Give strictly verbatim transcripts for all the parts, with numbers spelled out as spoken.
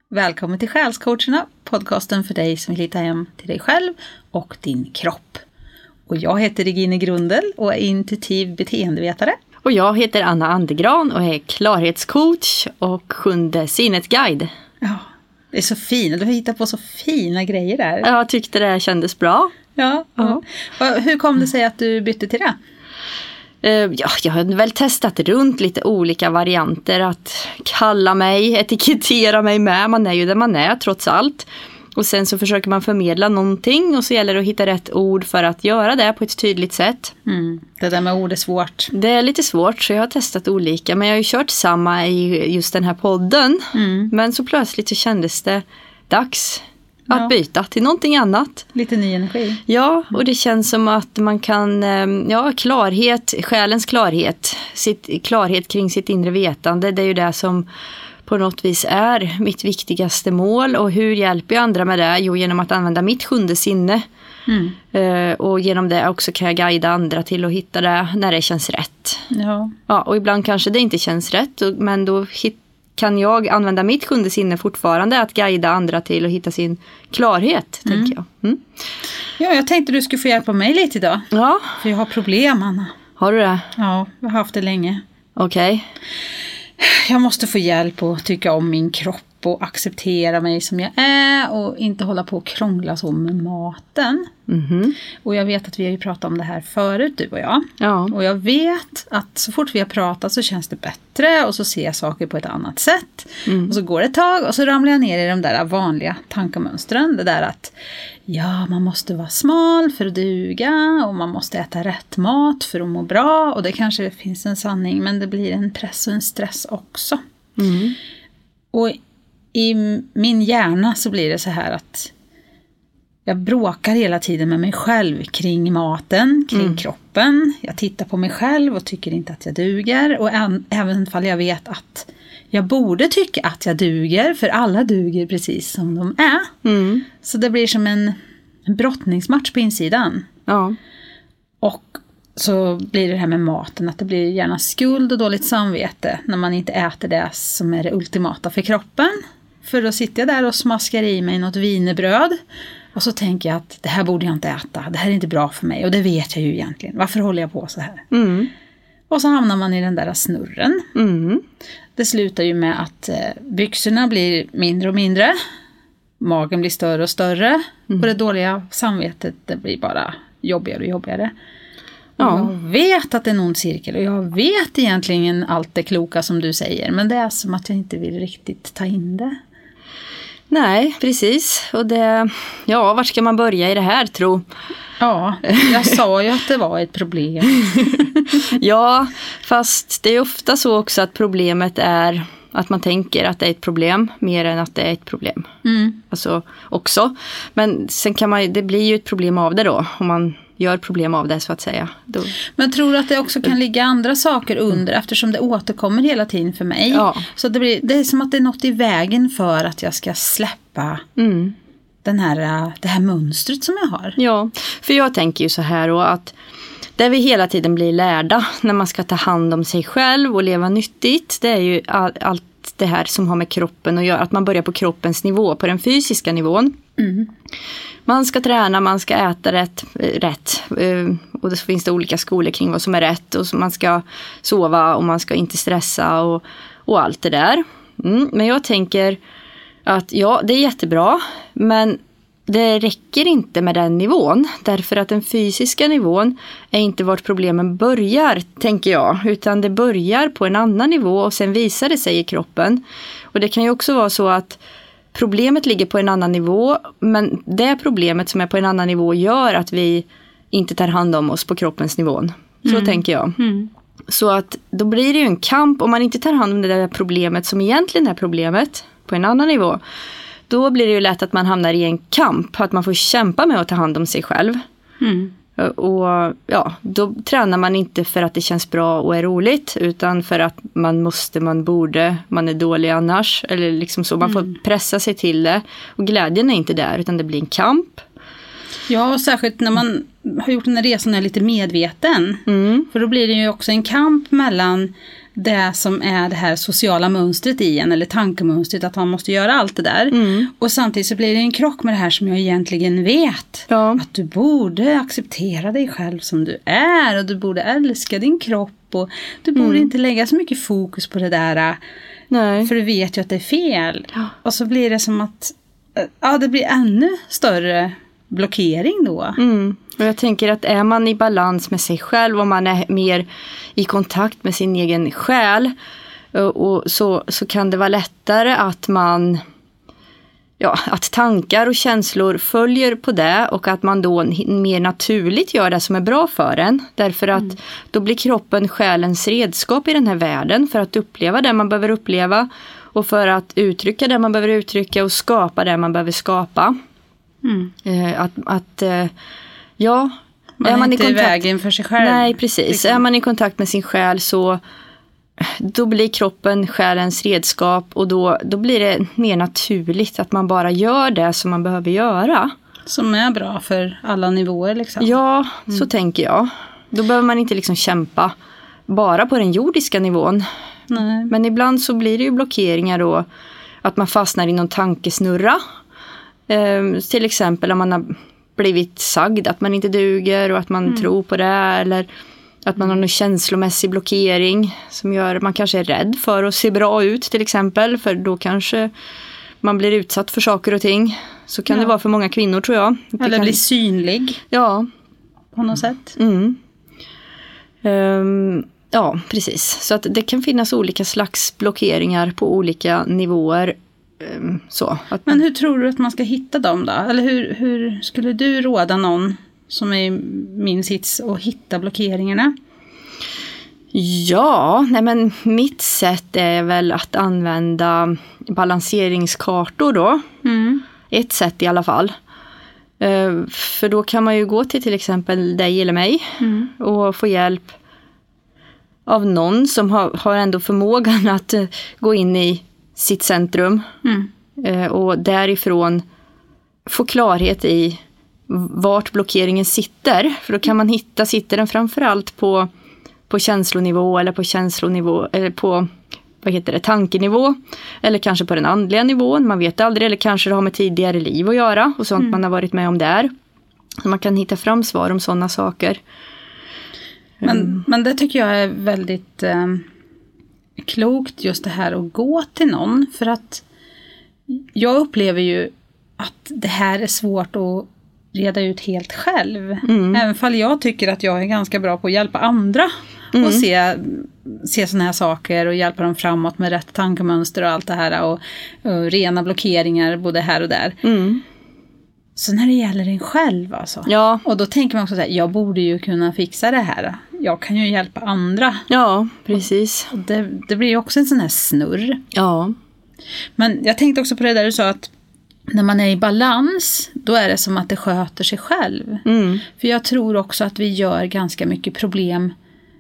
Välkommen till Själscoacherna, podcasten för dig som vill hitta hem till dig själv och din kropp. Och jag heter Regine Grundel och är intuitiv beteendevetare. Och jag heter Anna Andergran och är klarhetscoach och sjunde sinnesguide. Ja, det är så fint. Du har hittat på så fina grejer där. Jag tyckte det kändes bra. Ja, ja. Uh-huh. Hur kom det sig att du bytte till det? Ja, jag har väl testat runt lite olika varianter att kalla mig, etikettera mig med. Man är ju där man är trots allt. Och sen så försöker man förmedla någonting och så gäller det att hitta rätt ord för att göra det på ett tydligt sätt. Mm. Det där med ord är svårt. Det är lite svårt så jag har testat olika. Men jag har ju kört samma i just den här podden. Mm. Men så plötsligt så kändes det dags att ja. byta till någonting annat. Lite ny energi. Ja, och det känns som att man kan, ja, klarhet, själens klarhet, sitt, klarhet kring sitt inre vetande, det är ju det som på något vis är mitt viktigaste mål. Och hur hjälper jag andra med det? Jo, genom att använda mitt sjunde sinne. Mm. Uh, och genom det också kan jag guida andra till att hitta det när det känns rätt. Ja. Ja, och ibland kanske det inte känns rätt, men då hit, kan jag använda mitt sjunde sinne fortfarande att guida andra till att hitta sin klarhet, mm. tänker jag. Mm. Ja, jag tänkte du skulle få hjälpa mig lite idag. Ja. För jag har problem, Anna. Har du det? Ja, jag har haft det länge. Okej. Okay. Jag måste få hjälp att tycka om min kropp och acceptera mig som jag är och inte hålla på och krångla så med maten. Mm-hmm. Och jag vet att vi har ju pratat om det här förut, du och jag. Ja. Och jag vet att så fort vi har pratat så känns det bättre och så ser jag saker på ett annat sätt. Mm. Och så går det ett tag och så ramlar jag ner i de där vanliga tankemönstren. Det där att ja, man måste vara smal för att duga och man måste äta rätt mat för att må bra. Och det kanske finns en sanning, men det blir en press och en stress också. Mm. Och i min hjärna så blir det så här att jag bråkar hela tiden med mig själv kring maten, kring mm. kroppen. Jag tittar på mig själv och tycker inte att jag duger. Och än, även om jag vet att jag borde tycka att jag duger, för alla duger precis som de är. Mm. Så det blir som en, en brottningsmatch på insidan. Ja. Och så blir det här med maten, att det blir gärna skuld och dåligt samvete när man inte äter det som är det ultimata för kroppen. För då sitter jag där och smaskar i mig något wienerbröd. Och så tänker jag att det här borde jag inte äta. Det här är inte bra för mig. Och det vet jag ju egentligen. Varför håller jag på så här? Mm. Och så hamnar man i den där snurren. Mm. Det slutar ju med att byxorna blir mindre och mindre. Magen blir större och större. Mm. Och det dåliga samvetet, det blir bara jobbigare och jobbigare. Ja. Jag vet att det är en ond cirkel. Och jag vet egentligen allt det kloka som du säger. Men det är som att jag inte vill riktigt ta in det. Nej, precis. Och det, ja, var ska man börja i det här, tro? Ja, jag sa ju att det var ett problem. Ja, fast det är ofta så också att problemet är att man tänker att det är ett problem mer än att det är ett problem. Mm. Alltså också. Men sen kan man, det blir ju ett problem av det då, om man gör problem av det så att säga. Då. Men tror du att det också kan ligga andra saker under mm. eftersom det återkommer hela tiden för mig? Ja. Så det, blir, det är som att det är något i vägen för att jag ska släppa mm. den här, det här mönstret som jag har. Ja, för jag tänker ju så här då att där vi hela tiden blir lärda när man ska ta hand om sig själv och leva nyttigt, det är ju all, allt det här som har med kroppen att göra. Att man börjar på kroppens nivå, på den fysiska nivån. Mm. Man ska träna, man ska äta rätt, rätt. Och det finns det olika skolor kring vad som är rätt. Och man ska sova och man ska inte stressa och, och allt det där. Mm. Men jag tänker att ja, det är jättebra. Men det räcker inte med den nivån. Därför att den fysiska nivån är inte vart problemen börjar, tänker jag. Utan det börjar på en annan nivå och sen visar det sig i kroppen. Och det kan ju också vara så att problemet ligger på en annan nivå, men det problemet som är på en annan nivå gör att vi inte tar hand om oss på kroppens nivån. Så mm. tänker jag. Mm. Så att då blir det ju en kamp om man inte tar hand om det där problemet som egentligen är problemet på en annan nivå. Då blir det ju lätt att man hamnar i en kamp, att man får kämpa med att ta hand om sig själv. Mm. Och ja, då tränar man inte för att det känns bra och är roligt, utan för att man måste, man borde, man är dålig annars. Eller liksom så, man får mm. pressa sig till det. Och glädjen är inte där, utan det blir en kamp. Ja, och särskilt när man har gjort den här resan är lite medveten. Mm. För då blir det ju också en kamp mellan det som är det här sociala mönstret i en, eller tankemönstret, att man måste göra allt det där. Mm. Och samtidigt så blir det en krock med det här som jag egentligen vet. Ja. Att du borde acceptera dig själv som du är, och du borde älska din kropp, och du borde mm. inte lägga så mycket fokus på det där. Nej. För du vet ju att det är fel. Ja. Och så blir det som att ja, det blir ännu större blockering då. Mm. Och jag tänker att är man i balans med sig själv och man är mer i kontakt med sin egen själ, och, och så, så kan det vara lättare att man ja, att tankar och känslor följer på det, och att man då mer naturligt gör det som är bra för en. Därför att mm. då blir kroppen själens redskap i den här världen för att uppleva det man behöver uppleva, och för att uttrycka det man behöver uttrycka, och skapa det man behöver skapa. Mm. Eh, att, att eh, ja, man är man inte i kontakt, vägen för sig själv. Nej, precis. Liksom. Är man i kontakt med sin själ, så då blir kroppen själens redskap, och då, då blir det mer naturligt att man bara gör det som man behöver göra. Som är bra för alla nivåer liksom. Ja, mm. så tänker jag. Då behöver man inte liksom kämpa bara på den jordiska nivån. Nej. Men ibland så blir det ju blockeringar då, att man fastnar i någon tankesnurra. Eh, till exempel om man har blivit sagd att man inte duger, och att man mm. tror på det, eller att man har någon känslomässig blockering som gör att man kanske är rädd för att se bra ut till exempel, för då kanske man blir utsatt för saker och ting. Så kan ja. det vara för många kvinnor, tror jag. Det eller kan... bli synlig. Ja. På något sätt. Mm. Um, ja, precis. Så att det kan finnas olika slags blockeringar på olika nivåer. Um, så. Att... Men hur tror du att man ska hitta dem då? Eller hur, hur skulle du råda någon som är i min sits att hitta blockeringarna? Ja, nej men mitt sätt är väl att använda balanseringskartor då. Mm. Ett sätt i alla fall. Uh, för då kan man ju gå till till exempel dig eller mig mm. och få hjälp av någon som har, har ändå förmågan att uh, gå in i sitt centrum. Mm. Uh, och därifrån få klarhet i vart blockeringen sitter. För då kan man hitta, sitter den framförallt på, på känslonivå, eller på känslonivå, eller på vad heter det, tankenivå, eller kanske på den andliga nivån, man vet aldrig, eller kanske det har med tidigare liv att göra och sånt mm. man har varit med om där. Så man kan hitta fram svar om sådana saker. Men, um. men det tycker jag är väldigt eh, klokt, just det här att gå till någon, för att jag upplever ju att det här är svårt att reda ut helt själv. Mm. Även fall jag tycker att jag är ganska bra på att hjälpa andra mm. och se, se såna här saker och hjälpa dem framåt med rätt tankemönster och allt det här, och, och rena blockeringar både här och där. Mm. Så när det gäller en själv alltså. Ja. Och då tänker man också så här, jag borde ju kunna fixa det här. Jag kan ju hjälpa andra. Ja, precis. Och det, det blir ju också en sån här snurr. Ja. Men jag tänkte också på det där du sa, att när man är i balans, då är det som att det sköter sig själv. Mm. För jag tror också att vi gör ganska mycket problem.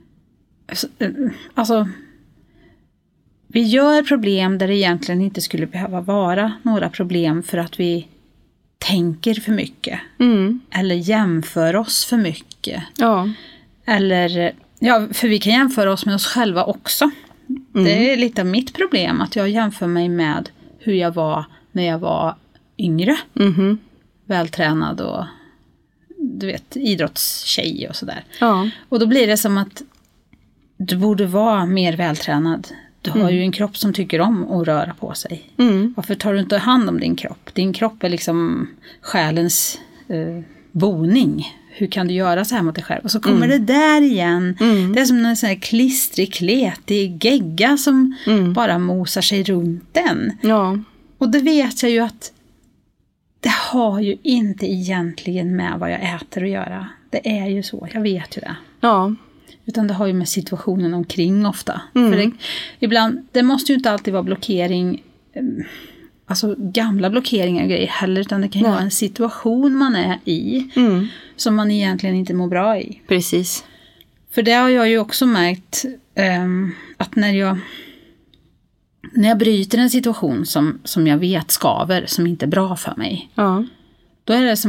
Alltså, vi gör problem där det egentligen inte skulle behöva vara några problem, för att vi tänker för mycket. Mm. Eller jämför oss för mycket. Ja. Eller, ja, för vi kan jämföra oss med oss själva också. Mm. Det är lite av mitt problem, att jag jämför mig med hur jag var när jag var yngre. Mm-hmm. Vältränad och du vet, idrottstjej och sådär. Ja. Och då blir det som att du borde vara mer vältränad. Du har mm. ju en kropp som tycker om att röra på sig. Mm. Varför tar du inte hand om din kropp? Din kropp är liksom själens eh, boning. Hur kan du göra så här mot dig själv? Och så kommer mm. det där igen. Mm. Det är som en sån här klistrig, kletig gegga som mm. bara mosar sig runt den. Ja. Och det vet jag ju att det har ju inte egentligen med vad jag äter att göra. Det är ju så, jag vet ju det. Ja. Utan det har ju med situationen omkring ofta. Mm. För det, ibland, det måste ju inte alltid vara blockering, alltså gamla blockeringar och grejer heller, utan det kan ju Nej. vara en situation man är i mm. som man egentligen inte mår bra i. Precis. För det har jag ju också märkt um, att när jag när jag bryter en situation som, som jag vet skaver, som inte är bra för mig, ja. Då är det som att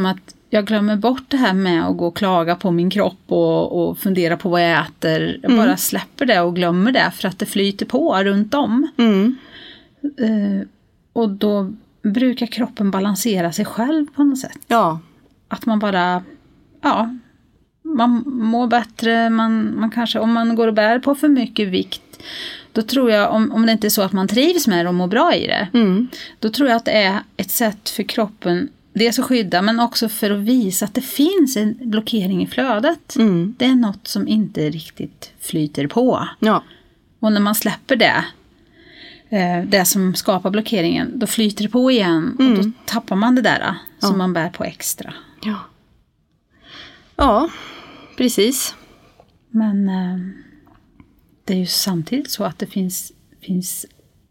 jag glömmer bort det här med att gå och klaga på min kropp och, och fundera på vad jag äter. Jag mm. bara släpper det och glömmer det för att det flyter på runt om. Mm. Uh, och då brukar kroppen balansera sig själv på något sätt. Ja. Att man bara, ja, man mår bättre. Man, man kanske, om man går och bär på för mycket vikt, då tror jag, om, om det inte är så att man trivs med det och mår bra i det, mm. då tror jag att det är ett sätt för kroppen, dels att skydda, men också för att visa att det finns en blockering i flödet. Mm. Det är något som inte riktigt flyter på. Ja. Och när man släpper det, det som skapar blockeringen, då flyter det på igen. Mm. Och då tappar man det där ja. som man bär på extra. Ja, ja precis. Men det är ju samtidigt så att det finns, finns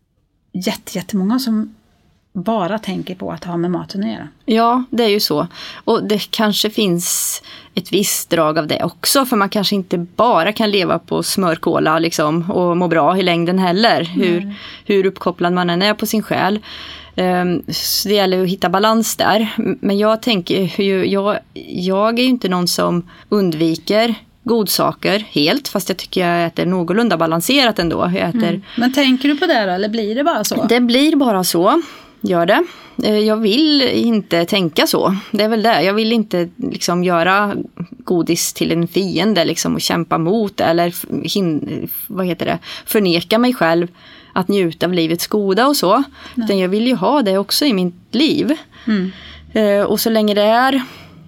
jätte, jättemånga som bara tänker på att ha med maten att göra. Ja, det är ju så. Och det kanske finns ett visst drag av det också. För man kanske inte bara kan leva på smörkola liksom, och må bra i längden heller. Mm. Hur, hur uppkopplad man än är på sin själ. Um, så det gäller att hitta balans där. Men jag tänker ju, jag, jag är ju inte någon som undviker godsaker helt, fast jag tycker jag äter någorlunda balanserat ändå. Jag äter... Mm. Men tänker du på det då, eller blir det bara så? Det blir bara så, gör det. Jag vill inte tänka så. Det är väl det. Jag vill inte liksom göra godis till en fiende liksom, och kämpa mot eller hin- vad heter det? förneka mig själv att njuta av livets goda och så. Utan jag vill ju ha det också i mitt liv. Mm. Och så länge det är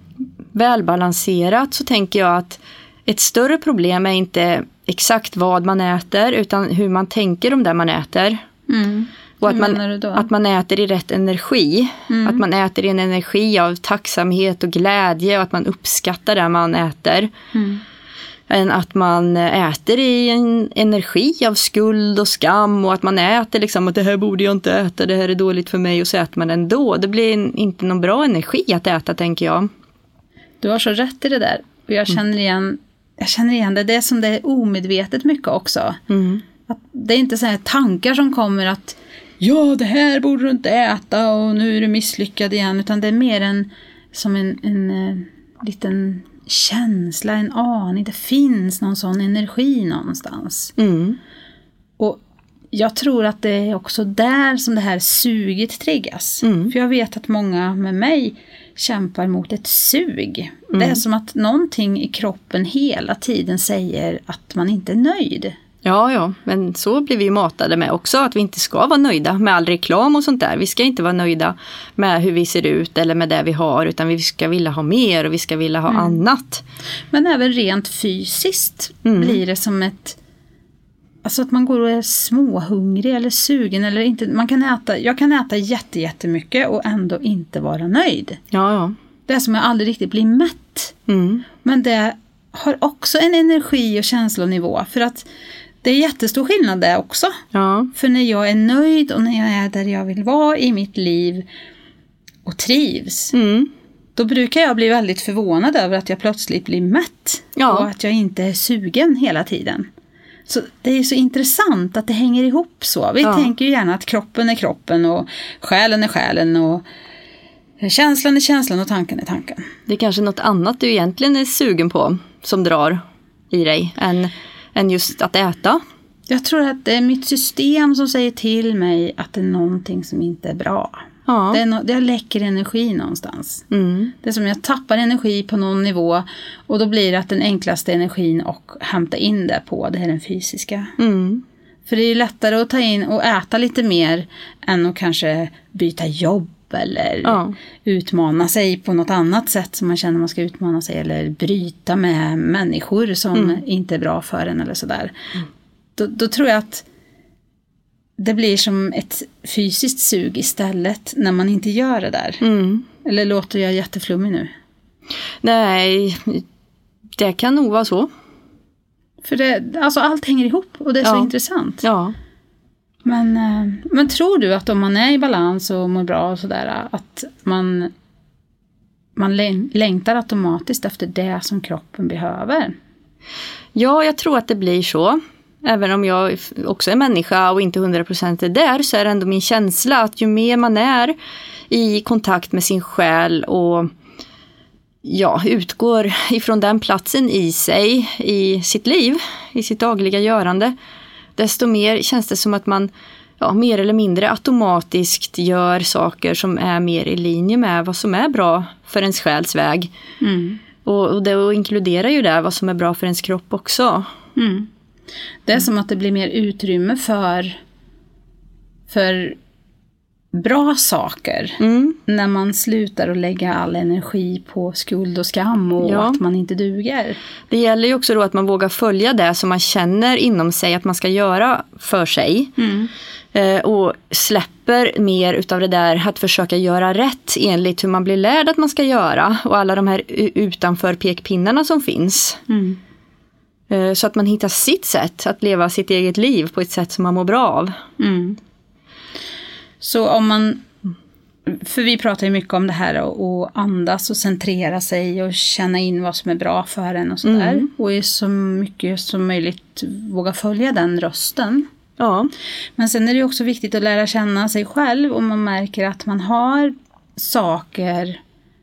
välbalanserat så tänker jag att ett större problem är inte exakt vad man äter utan hur man tänker om det man äter. Mm. Och att man, att man äter i rätt energi. Mm. Att man äter i en energi av tacksamhet och glädje och att man uppskattar det man äter. Mm. Än att man äter i en energi av skuld och skam och att man äter liksom att det här borde jag inte äta, det här är dåligt för mig och så äter man ändå. Det blir en, inte någon bra energi att äta, tänker jag. Du har så rätt i det där. Och jag känner igen, jag känner igen det. Det är som det är omedvetet mycket också. Mm. Att det är inte så här tankar som kommer att ja, det här borde du inte äta och nu är du misslyckad igen. Utan det är mer en, som en, en, en liten känsla, en aning. Det finns någon sån energi någonstans. Mm. Och jag tror att det är också där som det här suget triggas. Mm. För jag vet att många med mig kämpar mot ett sug. Mm. Det är som att någonting i kroppen hela tiden säger att man inte är nöjd. Ja, ja, men så blir vi ju matade med också, att vi inte ska vara nöjda med all reklam och sånt där. Vi ska inte vara nöjda med hur vi ser ut eller med det vi har, utan vi ska vilja ha mer och vi ska vilja ha mm. annat. Men även rent fysiskt mm. blir det som ett, alltså att man går och är småhungrig eller sugen eller inte. Man kan äta, jag kan äta jätte, jättemycket och ändå inte vara nöjd. Ja, ja. Det är som jag aldrig riktigt blir mätt. Mm. Men det har också en energi och känslonivå, för att det är jättestor skillnad där också. Ja. För när jag är nöjd och när jag är där jag vill vara i mitt liv och trivs, mm. då brukar jag bli väldigt förvånad över att jag plötsligt blir mätt. Ja. Och att jag inte är sugen hela tiden. Så det är så intressant att det hänger ihop så. Vi ja. tänker ju gärna att kroppen är kroppen och själen är själen och känslan är känslan och tanken är tanken. Det är kanske något annat du egentligen är sugen på som drar i dig än, än just att äta. Jag tror att det är mitt system som säger till mig att det är någonting som inte är bra. Ja. Det, är no- det läcker energi någonstans. Mm. Det är som jag tappar energi på någon nivå och då blir det att den enklaste energin och hämta in det på, det är den fysiska. Mm. För det är ju lättare att ta in och äta lite mer än att kanske byta jobb eller ja. utmana sig på något annat sätt som man känner man ska utmana sig, eller bryta med människor som mm. inte är bra för en eller sådär. Mm. Då, då tror jag att det blir som ett fysiskt sug istället när man inte gör det där. Mm. Eller låter jag jätteflummig nu? Nej, det kan nog vara så. För det, alltså allt hänger ihop och det är ja. så intressant. Ja. Men, men tror du att om man är i balans och mår bra och sådär, att man, man längtar automatiskt efter det som kroppen behöver? Ja, jag tror att det blir så. Även om jag också är människa och inte hundra procent är där, så är det ändå min känsla att ju mer man är i kontakt med sin själ och ja, utgår ifrån den platsen i sig, i sitt liv, i sitt dagliga görande, desto mer känns det som att man ja, mer eller mindre automatiskt gör saker som är mer i linje med vad som är bra för ens själs väg. Mm. Och, och det inkluderar ju det vad som är bra för ens kropp också. Mm. Det är mm. som att det blir mer utrymme för, för bra saker. Mm. När man slutar att lägga all energi på skuld och skam och ja. Att man inte duger. Det gäller ju också då att man vågar följa det som man känner inom sig att man ska göra för sig. Mm. Och släpper mer utav det där att försöka göra rätt enligt hur man blir lärd att man ska göra. Och alla de här utanför pekpinnarna som finns. Mm. Så att man hittar sitt sätt att leva sitt eget liv på ett sätt som man mår bra av. Mm. Så om man, för vi pratar ju mycket om det här att andas och centrera sig och känna in vad som är bra för en och sådär. Mm. Och i så mycket som möjligt våga följa den rösten. Ja. Men sen är det också viktigt att lära känna sig själv om man märker att man har saker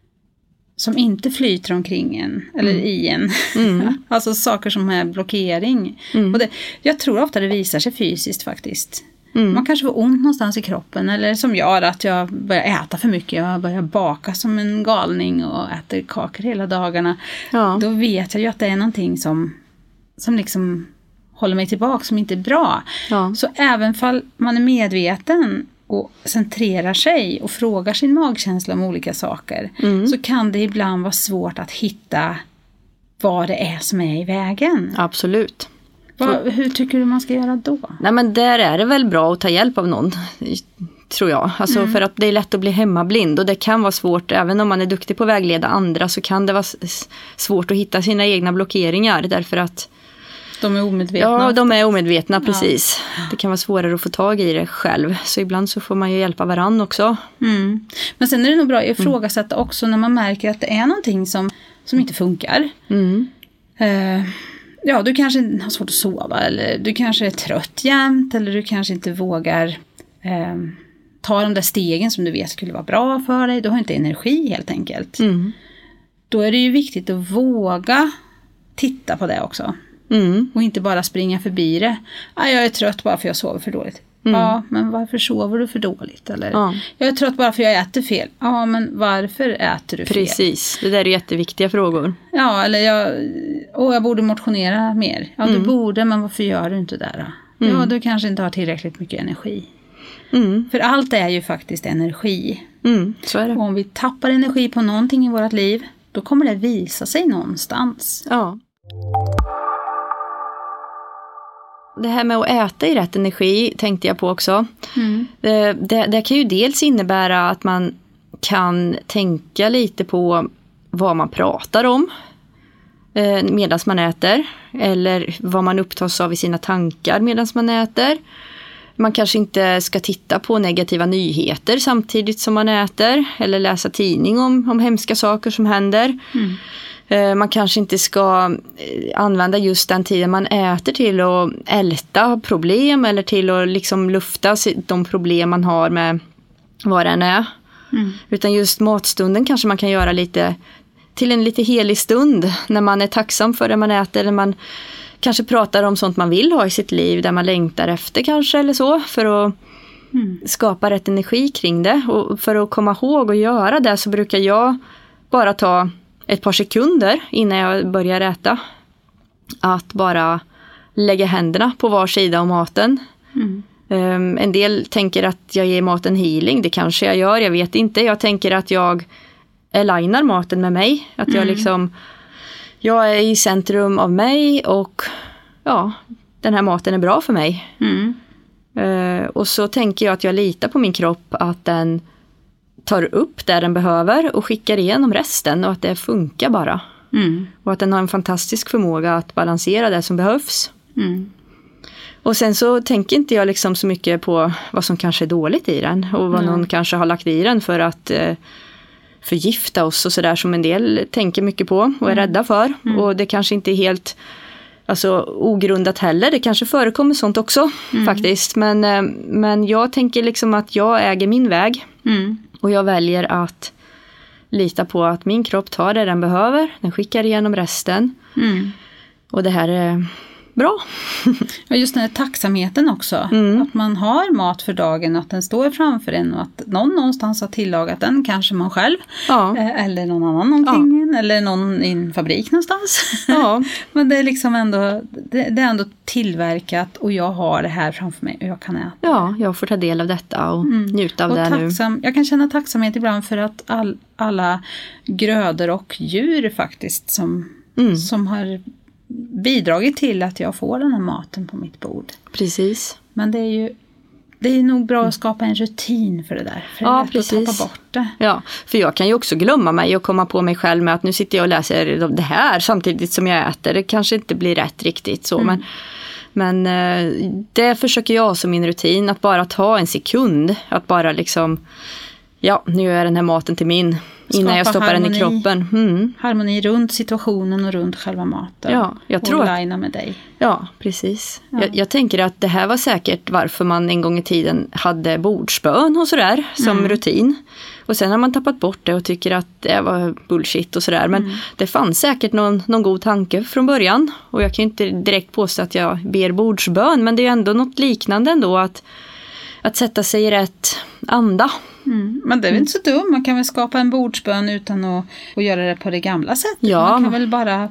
som inte flyter omkring en eller mm. i en. Mm. Alltså saker som är blockering. Mm. Och det, jag tror ofta det visar sig fysiskt faktiskt. Mm. Man kanske får ont någonstans i kroppen eller som jag att jag börjar äta för mycket. Jag börjar baka som en galning och äter kakor hela dagarna. Ja. Då vet jag ju att det är någonting som, som liksom håller mig tillbaka som inte är bra. Ja. Så även fall man är medveten och centrerar sig och frågar sin magkänsla om olika saker mm. så kan det ibland vara svårt att hitta vad det är som är i vägen. Absolut. Vad, hur tycker du man ska göra då? Nej, men där är det väl bra att ta hjälp av någon, tror jag. Alltså mm. för att det är lätt att bli hemmablind och det kan vara svårt, även om man är duktig på att vägleda andra så kan det vara svårt att hitta sina egna blockeringar därför att de är omedvetna. Ja, de är omedvetna, precis. Ja. Det kan vara svårare att få tag i det själv. Så ibland så får man ju hjälpa varann också. Mm. Men sen är det nog bra att ifrågasätta mm. också när man märker att det är någonting som, som inte funkar. Mm. Uh, ja, du kanske har svårt att sova eller du kanske är trött jämt eller du kanske inte vågar uh, ta de där stegen som du vet skulle vara bra för dig. Du har inte energi helt enkelt. Mm. Då är det ju viktigt att våga titta på det också. Mm. Och inte bara springa förbi det. Ah, jag är trött bara för jag sover för dåligt. Mm. Ja, men varför sover du för dåligt? Eller, ja. Jag är trött bara för jag äter fel. Ja, men varför äter du fel? Precis, det där är jätteviktiga frågor. Ja, eller jag, åh, jag borde motionera mer. Ja, mm. du borde, men varför gör du inte det då? Mm. Ja, du kanske inte har tillräckligt mycket energi. Mm. För allt är ju faktiskt energi. Mm, så är det. Och om vi tappar energi på någonting i vårt liv, då kommer det visa sig någonstans. Ja. Det här med att äta i rätt energi tänkte jag på också. Mm. Det, det, det kan ju dels innebära att man kan tänka lite på vad man pratar om eh, medan man äter. Eller vad man upptas av i sina tankar medan man äter. Man kanske inte ska titta på negativa nyheter samtidigt som man äter. Eller läsa tidning om, om hemska saker som händer. Mm. Man kanske inte ska använda just den tiden man äter till att älta problem eller till att liksom lufta de problem man har med vad den är. Mm. Utan just matstunden kanske man kan göra lite till en lite helig stund när man är tacksam för det man äter eller man kanske pratar om sånt man vill ha i sitt liv där man längtar efter kanske eller så för att mm. skapa rätt energi kring det. Och för att komma ihåg och göra det så brukar jag bara ta ett par sekunder innan jag börjar äta. Att bara lägga händerna på var sida om maten. Mm. Um, en del tänker att jag ger maten healing. Det kanske jag gör, jag vet inte. Jag tänker att jag alignar maten med mig. Att jag mm. liksom... Jag är i centrum av mig och ja, den här maten är bra för mig. Mm. Uh, och så tänker jag att jag litar på min kropp att den tar upp det den behöver och skickar igenom resten och att det funkar bara. Mm. Och att den har en fantastisk förmåga att balansera det som behövs. Mm. Och sen så tänker inte jag liksom så mycket på vad som kanske är dåligt i den och vad mm. någon kanske har lagt i den för att eh, förgifta oss och sådär som en del tänker mycket på och är mm. rädda för. Mm. Och det kanske inte är helt alltså, ogrundat heller. Det kanske förekommer sånt också mm. faktiskt. Men, eh, men jag tänker liksom att jag äger min väg. Mm. Och jag väljer att lita på att min kropp tar det den behöver. Den skickar igenom resten. Mm. Och det här är bra. Och just den här tacksamheten också. Mm. Att man har mat för dagen, att den står framför en och att någon någonstans har tillagat den. Kanske man själv. Ja. Eller någon annan någonting. Ja. Eller någon i en fabrik någonstans. Ja. Men det är liksom ändå, det, det är ändå tillverkat och jag har det här framför mig och jag kan äta. Ja, jag får ta del av detta och mm. njuta av och det tacksam, nu. Jag kan känna tacksamhet ibland för att all, alla grödor och djur faktiskt som, mm. som har bidragit till att jag får den här maten på mitt bord. Precis. Men det är ju det är nog bra att skapa en rutin för det där. För det är ja, lätt precis. att tappa bort det. Ja, för jag kan ju också glömma mig och komma på mig själv med att nu sitter jag och läser det här samtidigt som jag äter. Det kanske inte blir rätt riktigt så. Mm. Men, men det försöker jag som min rutin. Att bara ta en sekund. Att bara liksom, ja, nu gör jag den här maten till min. Skapa innan jag stoppar harmoni, den i kroppen. Mm. Harmoni runt situationen och runt själva maten. Ja, jag tror och lina med dig. Ja, precis. Ja. Jag, jag tänker att det här var säkert varför man en gång i tiden hade bordsbön och sådär som mm. rutin. Och sen har man tappat bort det och tycker att det var bullshit och sådär. Men mm. det fanns säkert någon, någon god tanke från början. Och jag kan inte direkt påstå att jag ber bordsbön. Men det är ändå något liknande ändå att, att sätta sig i rätt anda. Mm. Men det är väl inte så dumt. Man kan väl skapa en bordsbön utan att, att göra det på det gamla sättet. Ja. Man kan väl bara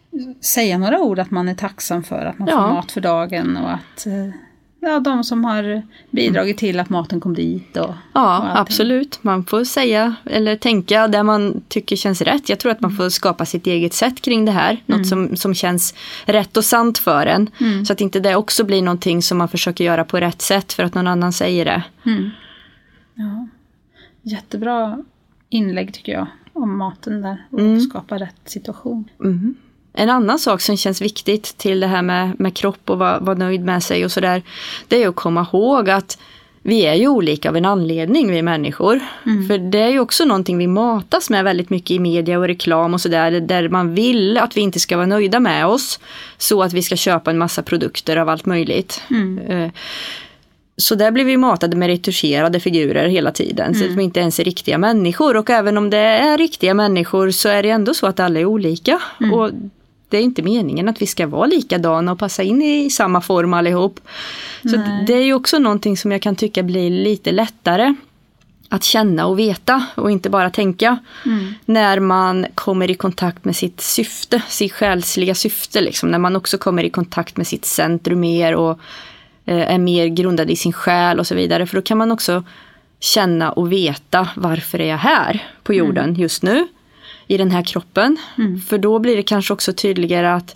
säga några ord att man är tacksam för att man ja. får mat för dagen och att ja, de som har bidragit till att maten kom dit. Och, ja, och absolut. Man får säga eller tänka det man tycker känns rätt. Jag tror att man får skapa sitt eget sätt kring det här. Mm. Något som, som känns rätt och sant för en. Mm. Så att inte det också blir någonting som man försöker göra på rätt sätt för att någon annan säger det. Mm. Ja. Jättebra inlägg tycker jag om maten där och mm. skapa rätt situation. Mm. En annan sak som känns viktigt till det här med, med kropp och vara var nöjd med sig och sådär, det är att komma ihåg att vi är ju olika av en anledning, vi människor. Mm. För det är ju också någonting vi matas med väldigt mycket i media och reklam och sådär, där man vill att vi inte ska vara nöjda med oss så att vi ska köpa en massa produkter av allt möjligt. Mm. Så där blir vi matade med retuscherade figurer hela tiden. Mm. Så att de inte ens är riktiga människor. Och även om det är riktiga människor så är det ändå så att alla är olika. Mm. Och det är inte meningen att vi ska vara likadana och passa in i samma form allihop. Så det är ju också någonting som jag kan tycka blir lite lättare att känna och veta och inte bara tänka. Mm. När man kommer i kontakt med sitt syfte, sitt själsliga syfte. Liksom. När man också kommer i kontakt med sitt centrum mer och är mer grundad i sin själ och så vidare. För då kan man också känna och veta varför är jag här på jorden mm. just nu. I den här kroppen. Mm. För då blir det kanske också tydligare att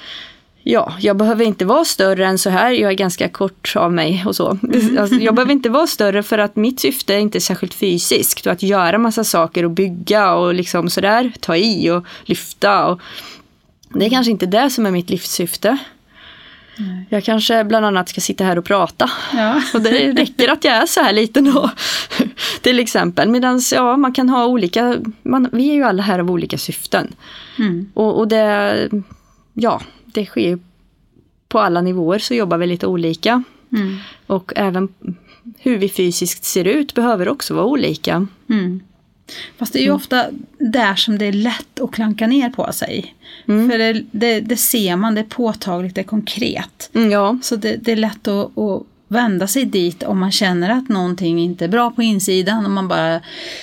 ja, jag behöver inte vara större än så här. Jag är ganska kort av mig och så. Mm. Alltså, jag behöver inte vara större för att mitt syfte är inte särskilt fysiskt. Och att göra massa saker och bygga och liksom sådär. Ta i och lyfta. Och det är kanske inte det som är mitt livssyfte. Nej. Jag kanske bland annat ska sitta här och prata. Ja. Och det räcker att jag är så här liten då. Till exempel. Medan ja, man kan ha olika... Man, vi är ju alla här av olika syften. Mm. Och, och det... Ja, det sker på alla nivåer så jobbar vi lite olika. Mm. Och även hur vi fysiskt ser ut behöver också vara olika. Mm. Fast det är ju mm. ofta där som det är lätt att klanka ner på sig. Mm. För det, det, det ser man, det är påtagligt, det är konkret. Mm, ja. Så det, det är lätt att, att vända sig dit om man känner att någonting inte är bra på insidan. Om man bara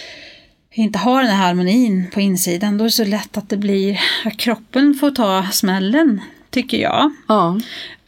inte har den här harmonin på insidan. Då är det så lätt att det blir att kroppen får ta smällen, tycker jag. Ja.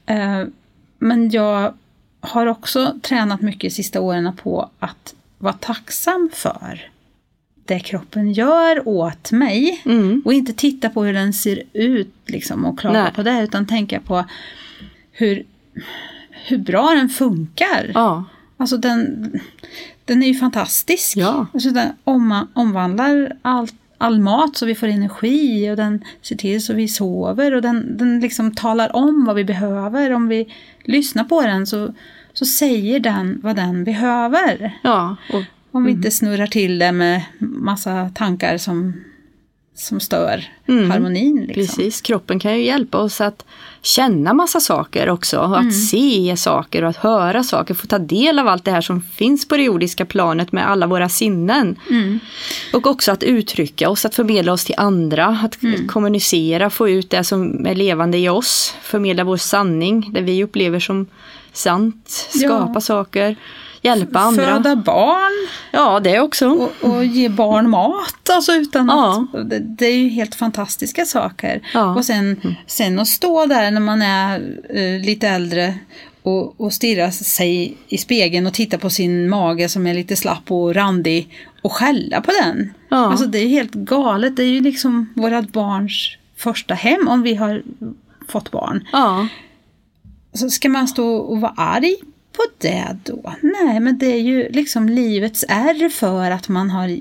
Men jag har också tränat mycket de sista åren på att vara tacksam för det kroppen gör åt mig. Mm. Och inte titta på hur den ser ut liksom, och klaga Nej. på det. Utan tänka på hur, hur bra den funkar. Ja. Alltså den, den är ju fantastisk. Ja. Alltså den om, omvandlar all, all mat så vi får energi. Och den ser till så vi sover. Och den, den liksom talar om vad vi behöver. Om vi lyssnar på den så, så säger den vad den behöver. Ja, och om vi inte snurrar till det med massa tankar som, som stör mm. harmonin. Liksom. Precis, kroppen kan ju hjälpa oss att känna massa saker också. Att mm. se saker och att höra saker. Få ta del av allt det här som finns på det jordiska planet med alla våra sinnen. Mm. Och också att uttrycka oss, att förmedla oss till andra. Att mm. kommunicera, få ut det som är levande i oss. Förmedla vår sanning, det vi upplever som sant. Skapa ja. saker. Hjälpa andra. Föda barn. Ja, det också. Och, och ge barn mat. Alltså utan ja. att, det, det är ju helt fantastiska saker. Ja. Och sen, sen att stå där när man är uh, lite äldre och, och stirra sig i spegeln och titta på sin mage som är lite slapp och randig och skälla på den. Ja. Alltså det är ju helt galet. Det är ju liksom vårat barns första hem om vi har fått barn. Ja. Så ska man stå och vara arg på det då? Nej, men det är ju liksom livets ärr för att man har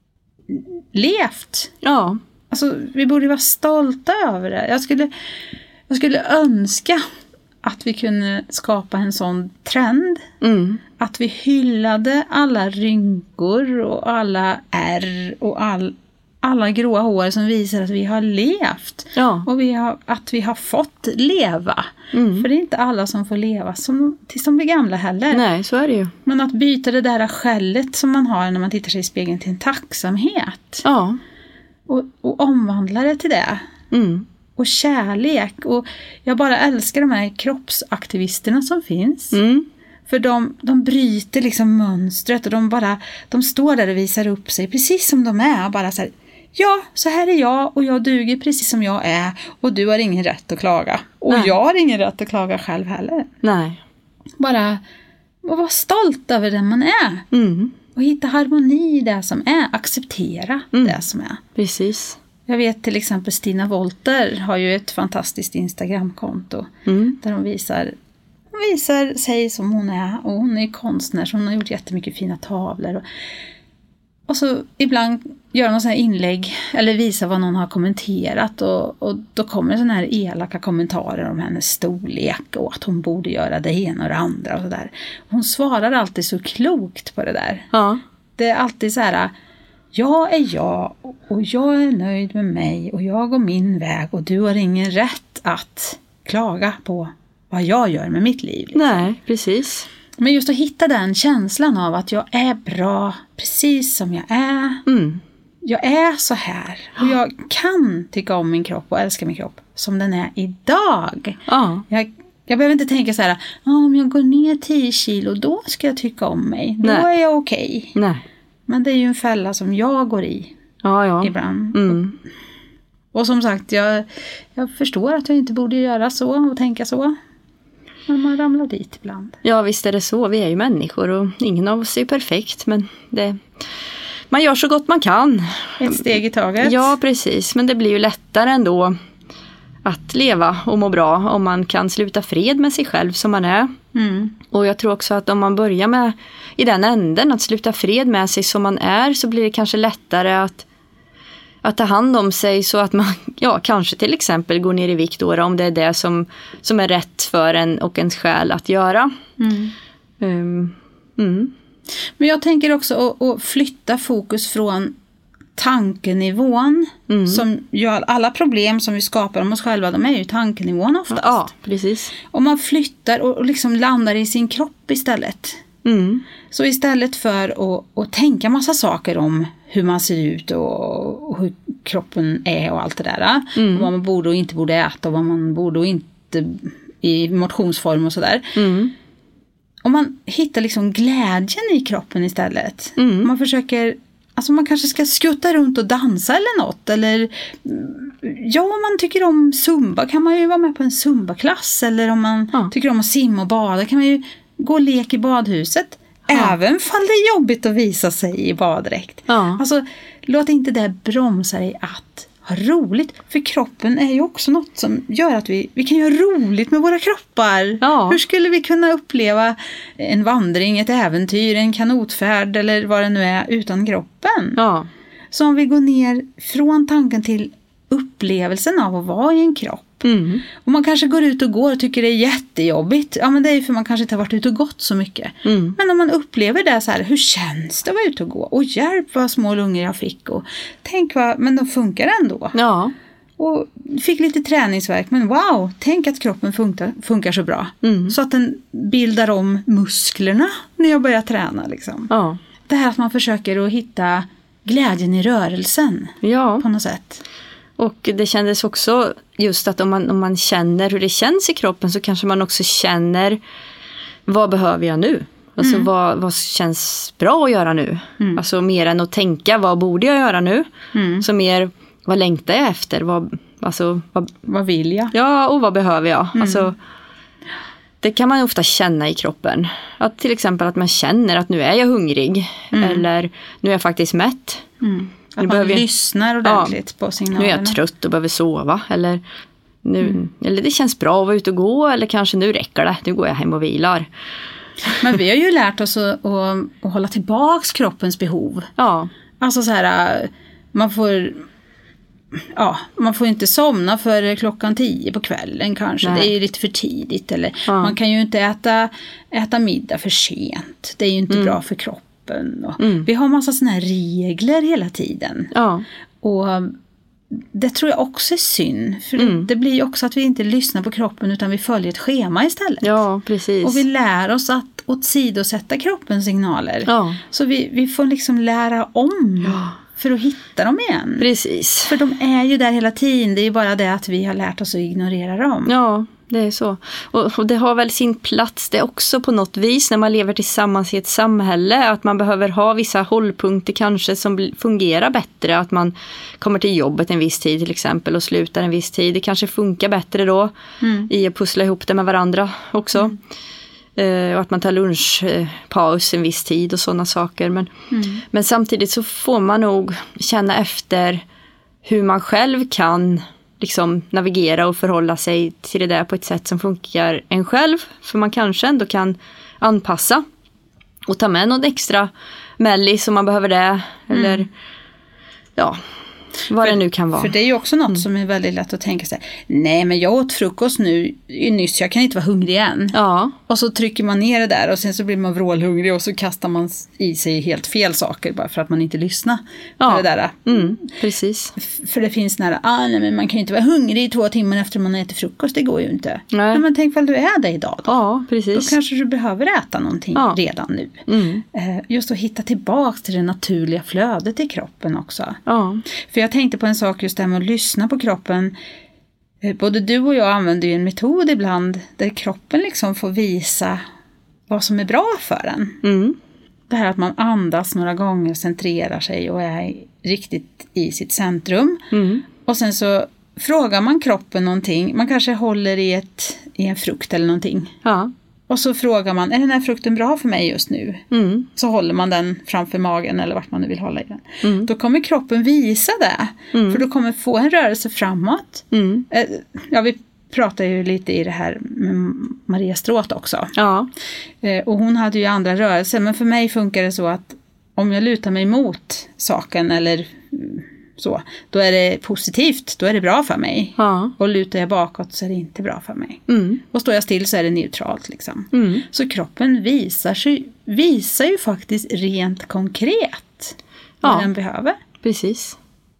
levt. Ja. Alltså, vi borde vara stolta över det. Jag skulle, jag skulle önska att vi kunde skapa en sån trend. Mm. Att vi hyllade alla rynkor och alla ärr och all, alla gråa hår som visar att vi har levt. Ja. Och vi har, att vi har fått leva. Mm. För det är inte alla som får leva som, tills de blir gamla heller. Nej, så är det ju. Men att byta det där skället som man har när man tittar sig i spegeln till en tacksamhet. Ja. Och, och omvandla det till det. Mm. Och kärlek. Och jag bara älskar de här kroppsaktivisterna som finns. Mm. För de, de bryter liksom mönstret och de bara, de står där och visar upp sig precis som de är. Bara så här, ja, så här är jag och jag duger precis som jag är och du har ingen rätt att klaga. Och Nej. jag har ingen rätt att klaga själv heller. Nej. Bara vara stolt över den man är. Mm. Och hitta harmoni i det som är. Acceptera mm. det som är. Precis. Jag vet till exempel Stina Wolter har ju ett fantastiskt Instagramkonto. Mm. Där hon visar... Hon visar sig som hon är och hon är konstnär så hon har gjort jättemycket fina tavlor. Och, och så ibland gör hon så här inlägg eller visar vad någon har kommenterat och, och då kommer såna här elaka kommentarer om hennes storlek och att hon borde göra det ena och det andra och sådär. Hon svarar alltid så klokt på det där. Ja. Det är alltid så här, jag är jag och jag är nöjd med mig och jag går min väg och du har ingen rätt att klaga på vad jag gör med mitt liv. Liksom. Nej, precis. Men just att hitta den känslan av att jag är bra precis som jag är. Mm. Jag är så här. Och jag kan tycka om min kropp och älska min kropp som den är idag. Ja. Jag, jag behöver inte tänka så här, ah, om jag går ner tio kilo då ska jag tycka om mig. Då Nej. är jag okej. Okay. Nej. Men det är ju en fälla som jag går i. Ja, ja. Ibland. Mm. Och, och som sagt, jag, jag förstår att jag inte borde göra så och tänka så. Men man ramlar dit ibland. Ja, visst är det så. Vi är ju människor och ingen av oss är perfekt. Men det, man gör så gott man kan. Ett steg i taget. Ja, precis. Men det blir ju lättare ändå att leva och må bra om man kan sluta fred med sig själv som man är. Mm. Och jag tror också att om man börjar med i den änden att sluta fred med sig som man är så blir det kanske lättare att Att ta hand om sig så att man ja, kanske till exempel går ner i vikt då, om det är det som, som är rätt för en och ens själ att göra. Mm. Um, mm. Men jag tänker också att, att flytta fokus från tankenivån. Mm. Som gör alla problem som vi skapar om oss själva, de är ju tankenivån oftast. Ja, precis. Och man flyttar och, och liksom landar i sin kropp istället. Mm. Så istället för att, att tänka massa saker om hur man ser ut och, och hur kroppen är och allt det där. Mm. Och vad man borde och inte borde äta och vad man borde och inte i motionsform och sådär. Mm. Och man hittar liksom glädjen i kroppen istället. Mm. Man försöker, alltså man kanske ska skutta runt och dansa eller något. Eller ja, om man tycker om zumba kan man ju vara med på en zumba-klass. Eller om man ja. tycker om att simma och bada kan man ju gå och leka i badhuset. Ja. Även fall det är jobbigt att visa sig i baddräkt. Ja. Alltså, låt inte det bromsa dig att ha roligt. För kroppen är ju också något som gör att vi, vi kan göra roligt med våra kroppar. Ja. Hur skulle vi kunna uppleva en vandring, ett äventyr, en kanotfärd eller vad det nu är utan kroppen? Ja. Så om vi går ner från tanken till upplevelsen av att vara i en kropp. Mm. Och man kanske går ut och går och tycker det är jättejobbigt. Ja, men det är ju för man kanske inte har varit ute och gått så mycket. Mm. Men om man upplever det så här, hur känns det att vara ute och gå? Och hjälp vad små lungor jag fick. Och tänk vad, men de funkar ändå. Ja. Och fick lite träningsverk, men wow, tänk att kroppen funkar, funkar så bra. Mm. Så att den bildar om musklerna när jag börjar träna. Liksom. Ja. Det här att man försöker att hitta glädjen i rörelsen ja. på något sätt. Och det kändes också just att om man, om man känner hur det känns i kroppen så kanske man också känner vad behöver jag nu? Alltså mm. vad, vad känns bra att göra nu? Mm. Alltså mer än att tänka vad borde jag göra nu? Mm. Så mer vad längtar jag efter? Vad, alltså, vad, vad vill jag? Ja, och vad behöver jag? Mm. Alltså, det kan man ofta känna i kroppen. Att till exempel att man känner att nu är jag hungrig. Mm. Eller nu är jag faktiskt mätt. Mm. Att man jag, lyssnar ordentligt ja, på signalerna. Nu är jag trött och behöver sova. Eller, nu, mm. eller det känns bra att vara ute och gå. Eller kanske nu räcker det. Nu går jag hem och vilar. Men vi har ju lärt oss att, att, att hålla tillbaks kroppens behov. Ja. Alltså så här, man får... Ja, man får inte somna för klockan tio på kvällen kanske. Nej. Det är ju lite för tidigt. Eller ja. Man kan ju inte äta, äta middag för sent. Det är ju inte mm. bra för kroppen. Och mm. vi har massa såna här regler hela tiden. Ja. Och det tror jag också är synd. För mm. det blir ju också att vi inte lyssnar på kroppen utan vi följer ett schema istället. Ja, precis. Och vi lär oss att åsidosätta kroppens signaler. Ja. Så vi, vi får liksom lära om. Ja. För att hitta dem igen. Precis. För de är ju där hela tiden. Det är ju bara det att vi har lärt oss att ignorera dem. Ja, det är så. Och, och det har väl sin plats det också på något vis när man lever tillsammans i ett samhälle. Att man behöver ha vissa hållpunkter kanske som fungerar bättre. Att man kommer till jobbet en viss tid till exempel och slutar en viss tid. Det kanske funkar bättre då mm. i att pussla ihop det med varandra också. Mm. Uh, och att man tar lunchpaus uh, en viss tid och sådana saker. Men, mm. men samtidigt så får man nog känna efter hur man själv kan liksom navigera och förhålla sig till det där på ett sätt som funkar en själv. För man kanske ändå kan anpassa och ta med något extra mellis om man behöver det. Mm. Eller ja... Vad för, det nu kan vara. För det är ju också något mm. som är väldigt lätt att tänka sig. Nej, men jag åt frukost nu nyss. Jag kan inte vara hungrig än. Ja. Och så trycker man ner det där och sen så blir man vrålhungrig och så kastar man i sig helt fel saker bara för att man inte lyssnar ja. på det där. Mm, precis. För det finns nära, ah, nej, men man kan ju inte vara hungrig i två timmar efter man har ätit frukost. Det går ju inte. Nej. Ja, men tänk vad du är det idag då. Ja, precis. Då kanske du behöver äta någonting ja. redan nu. Mm. Just att hitta tillbaka till det naturliga flödet i kroppen också. Ja. För jag tänkte på en sak just där med att lyssna på kroppen. Både du och jag använder ju en metod ibland där kroppen liksom får visa vad som är bra för en. Mm. Det här att man andas några gånger, centrerar sig och är riktigt i sitt centrum. Mm. Och sen så frågar man kroppen någonting. Man kanske håller i, ett, i en frukt eller någonting. Ja. Och så frågar man, är den här frukten bra för mig just nu? Mm. Så håller man den framför magen eller vart man nu vill hålla i den. Mm. Då kommer kroppen visa det. Mm. För då kommer få en rörelse framåt. Mm. Ja, vi pratar ju lite i det här med Maria Stråth också. Ja. Och hon hade ju andra rörelser. Men för mig funkar det så att om jag lutar mig mot saken eller... Så, då är det positivt, då är det bra för mig. Ja. Och lutar jag bakåt så är det inte bra för mig. Mm. Och står jag still så är det neutralt liksom. Mm. Så kroppen visar, sig, visar ju faktiskt rent konkret vad ja. den behöver. Precis.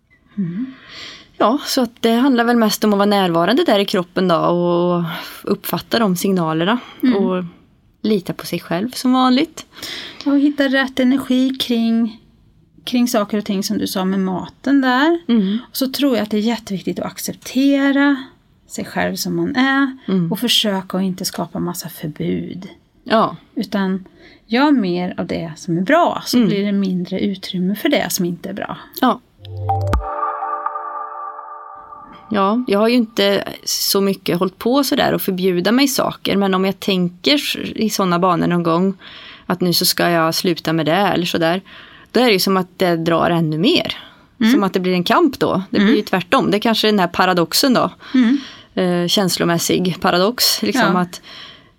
Mm. Ja, så att det handlar väl mest om att vara närvarande där i kroppen då och uppfatta de signalerna. Mm. Och lita på sig själv som vanligt. Och hitta rätt energi kring... kring saker och ting som du sa med maten där. Mm. Och så tror jag att det är jätteviktigt att acceptera sig själv som man är. Mm. Och försöka att inte skapa massa förbud. Ja. Utan gör mer av det som är bra. Så mm. blir det mindre utrymme för det som inte är bra. Ja. Ja, jag har ju inte så mycket hållit på så där och förbjuda mig saker. Men om jag tänker i sådana banor någon gång. Att nu så ska jag sluta med det eller sådär. Då är det ju som att det drar ännu mer. Mm. Som att det blir en kamp då. Det blir mm. ju tvärtom. Det är kanske den här paradoxen då. Mm. Eh, känslomässig paradox. Liksom ja. att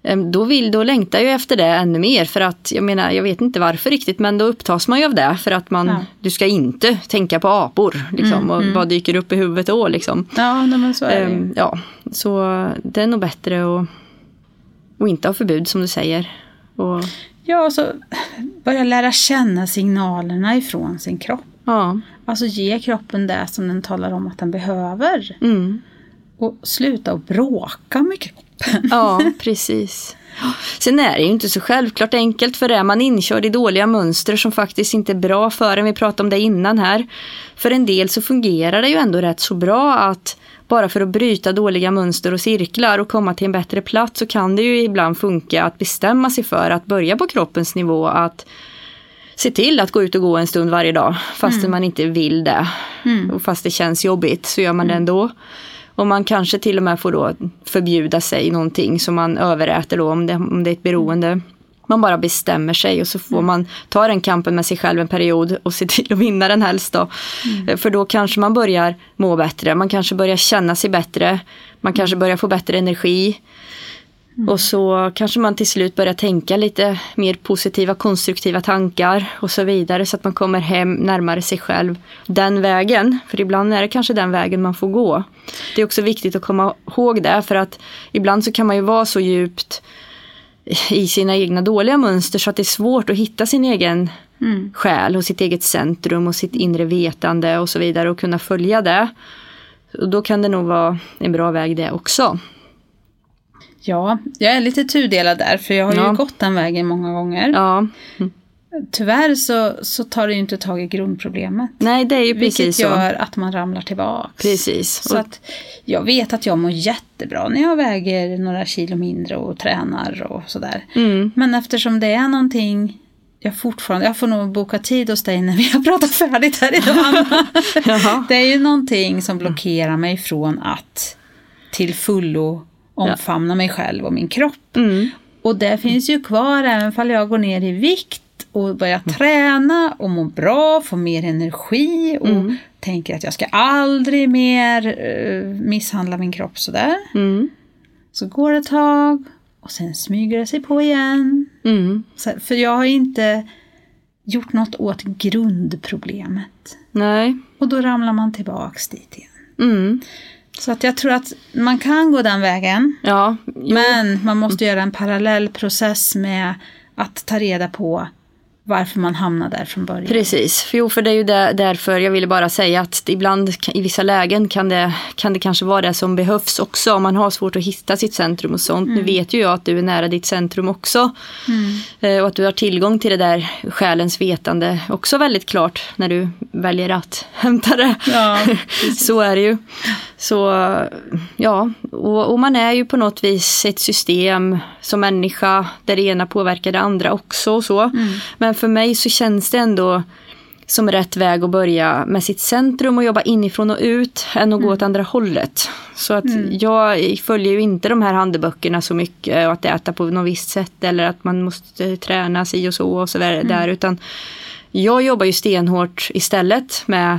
Då, vill, då längtar jag efter det ännu mer, för att jag menar, jag vet inte varför riktigt, men då upptas man ju av det, för att man, ja. du ska inte tänka på apor liksom, mm, och mm. vad dyker upp i huvudet då liksom. Ja, men så är det. Um, ja, så det är nog bättre att, att inte ha förbud, som du säger. Och... Ja, så börja lära känna signalerna ifrån sin kropp. Ja. Alltså ge kroppen det som den talar om att den behöver. Mm. Och sluta att bråka med kroppen. Ja, precis. Sen är det ju inte så självklart enkelt, för det man inkör i dåliga mönster som faktiskt inte är bra för en. Vi pratade om det innan här. För en del så fungerar det ju ändå rätt så bra att bara för att bryta dåliga mönster och cirklar och komma till en bättre plats, så kan det ju ibland funka att bestämma sig för att börja på kroppens nivå, att se till att gå ut och gå en stund varje dag fast mm. man inte vill det. Mm. Och fast det känns jobbigt så gör man det ändå. Och man kanske till och med får då förbjuda sig någonting som man överäter då, om det, om det är ett beroende. Man bara bestämmer sig och så får man ta den kampen med sig själv en period och se till att vinna den helst då. Mm. För då kanske man börjar må bättre, man kanske börjar känna sig bättre, man kanske börjar få bättre energi. Mm. Och så kanske man till slut börjar tänka lite mer positiva, konstruktiva tankar och så vidare, så att man kommer hem närmare sig själv den vägen. För ibland är det kanske den vägen man får gå. Det är också viktigt att komma ihåg det, för att ibland så kan man ju vara så djupt i sina egna dåliga mönster så att det är svårt att hitta sin egen mm. själ och sitt eget centrum och sitt inre vetande och så vidare, och kunna följa det. Och då kan det nog vara en bra väg det också. Ja, jag är lite tudelad där, för jag har ja. ju gått den vägen många gånger. Ja. Mm. Tyvärr så, så tar det ju inte tag i grundproblemet. Nej, det är ju precis vilket så. gör att man ramlar tillbaka. Precis. Så att jag vet att jag mår jättebra när jag väger några kilo mindre och tränar och sådär. Mm. Men eftersom det är någonting... Jag fortfarande, jag får nog boka tid hos dig när vi har pratat färdigt här idag, Anna. Det är ju någonting som blockerar mig från att till fullo omfamna mig själv och min kropp. Mm. Och det finns ju kvar även om jag går ner i vikt och börjar mm. träna och må bra, få mer energi och mm. tänker att jag ska aldrig mer uh, misshandla min kropp sådär. Mm. Så går det ett tag och sen smyger det sig på igen. Mm. Så, för jag har inte gjort något åt grundproblemet. Nej. Och då ramlar man tillbaks dit igen. Mm. Så att jag tror att man kan gå den vägen. Ja. Men man måste göra en parallell process med att ta reda på varför man hamnar där från början. Precis, för, jo, för det är ju där, därför jag ville bara säga att ibland i vissa lägen kan det, kan det kanske vara det som behövs också, om man har svårt att hitta sitt centrum och sånt. Mm. Nu vet ju jag att du är nära ditt centrum också. Mm. Och att du har tillgång till det där själens vetande också väldigt klart när du väljer att hämta det. Ja, så är det ju. Så ja, och, och man är ju på något vis ett system som människa där det ena påverkar det andra också och så. Mm. Men för mig så känns det ändå som rätt väg att börja med sitt centrum och jobba inifrån och ut än att mm. gå åt andra hållet. Så att mm. jag följer ju inte de här handböckerna så mycket och att äta på något visst sätt eller att man måste träna sig och så och så där, mm. utan jag jobbar ju stenhårt istället med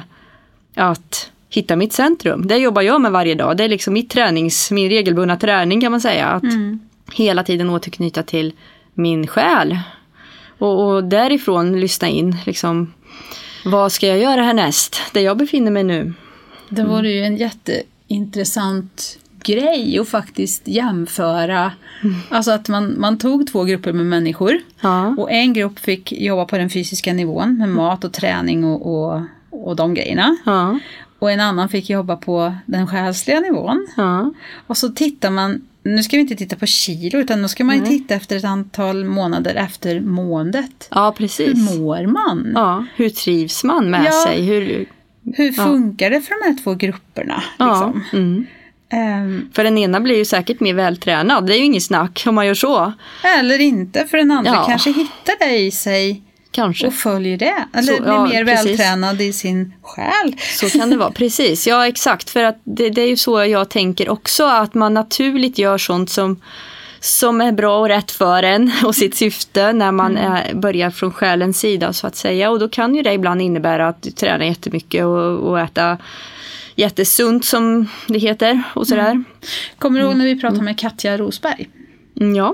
att hitta mitt centrum. Det jobbar jag med varje dag. Det är liksom mitt tränings, min regelbundna träning kan man säga. Att mm. hela tiden återknyta till min själ. Och, och därifrån lyssna in liksom, vad ska jag göra härnäst? Där jag befinner mig nu. Det var ju en jätteintressant grej att faktiskt jämföra. Mm. Alltså att man, man tog två grupper med människor. Ja. Och en grupp fick jobba på den fysiska nivån med mat och träning och, och, och de grejerna. Ja. Och en annan fick jobba på den själsliga nivån. Ja. Och så tittar man, nu ska vi inte titta på kilo utan då ska man ju titta efter ett antal månader efter måendet. Ja, precis. Hur mår man? Ja, hur trivs man med ja. sig? Hur, hur funkar ja. det för de här två grupperna? Liksom? Ja. Mm. Um, för den ena blir ju säkert mer vältränad. Det är ju inget snack om man gör så. Eller inte, för den andra ja. kanske hittar det i sig. Kanske. Och följer det. Eller så, blir ja, mer precis. vältränad i sin själ. Så kan det vara, precis. Ja, exakt. För att det, det är ju så jag tänker också. Att man naturligt gör sånt som, som är bra och rätt för en. Och sitt syfte när man mm. är, börjar från själens sida så att säga. Och då kan ju det ibland innebära att du tränar jättemycket och, och äta jättesunt som det heter. Och sådär. Mm. Kommer du ihåg när vi pratade med Katja Rosberg? Mm, ja.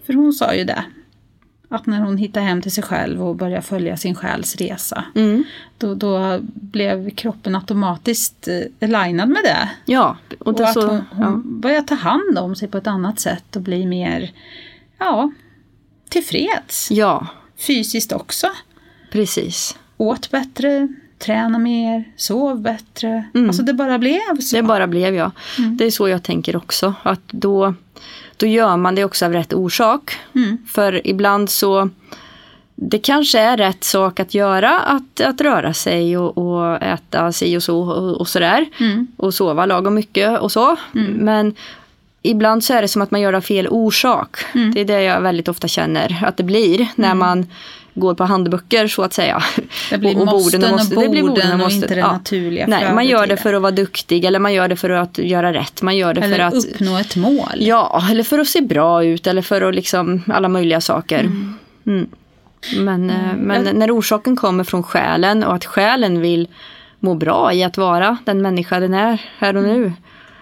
För hon sa ju det. Att när hon hittade hem till sig själv och började följa sin själs resa. Mm. Då, då blev kroppen automatiskt alignad med det. Ja. Och, det och att så, hon, hon ja. började ta hand om sig på ett annat sätt. Och bli mer, ja, tillfreds. Ja. Fysiskt också. Precis. Åt bättre, träna mer, sov bättre. Mm. Alltså det bara blev så. Det bara blev, ja. Mm. Det är så jag tänker också. Att då... Då gör man det också av rätt orsak. Mm. För ibland så... Det kanske är rätt sak att göra. Att, att röra sig och, och äta sig och så och, och sådär. Mm. Och sova lagom mycket och så. Mm. Men ibland så är det som att man gör det av fel orsak. Mm. Det är det jag väldigt ofta känner att det blir. När mm. man går på handböcker så att säga. Det blir och, och måsten och, måste, och borden, det blir borden och, måste, och inte det ja. naturliga. Nej, man gör det för att vara duktig. Eller man gör det för att göra rätt. Man gör det eller för att uppnå ett mål. Ja, eller för att se bra ut. Eller för att liksom alla möjliga saker. Mm. Mm. Men, mm. men när orsaken kommer från själen. Och att själen vill må bra i att vara den människa den är här och nu.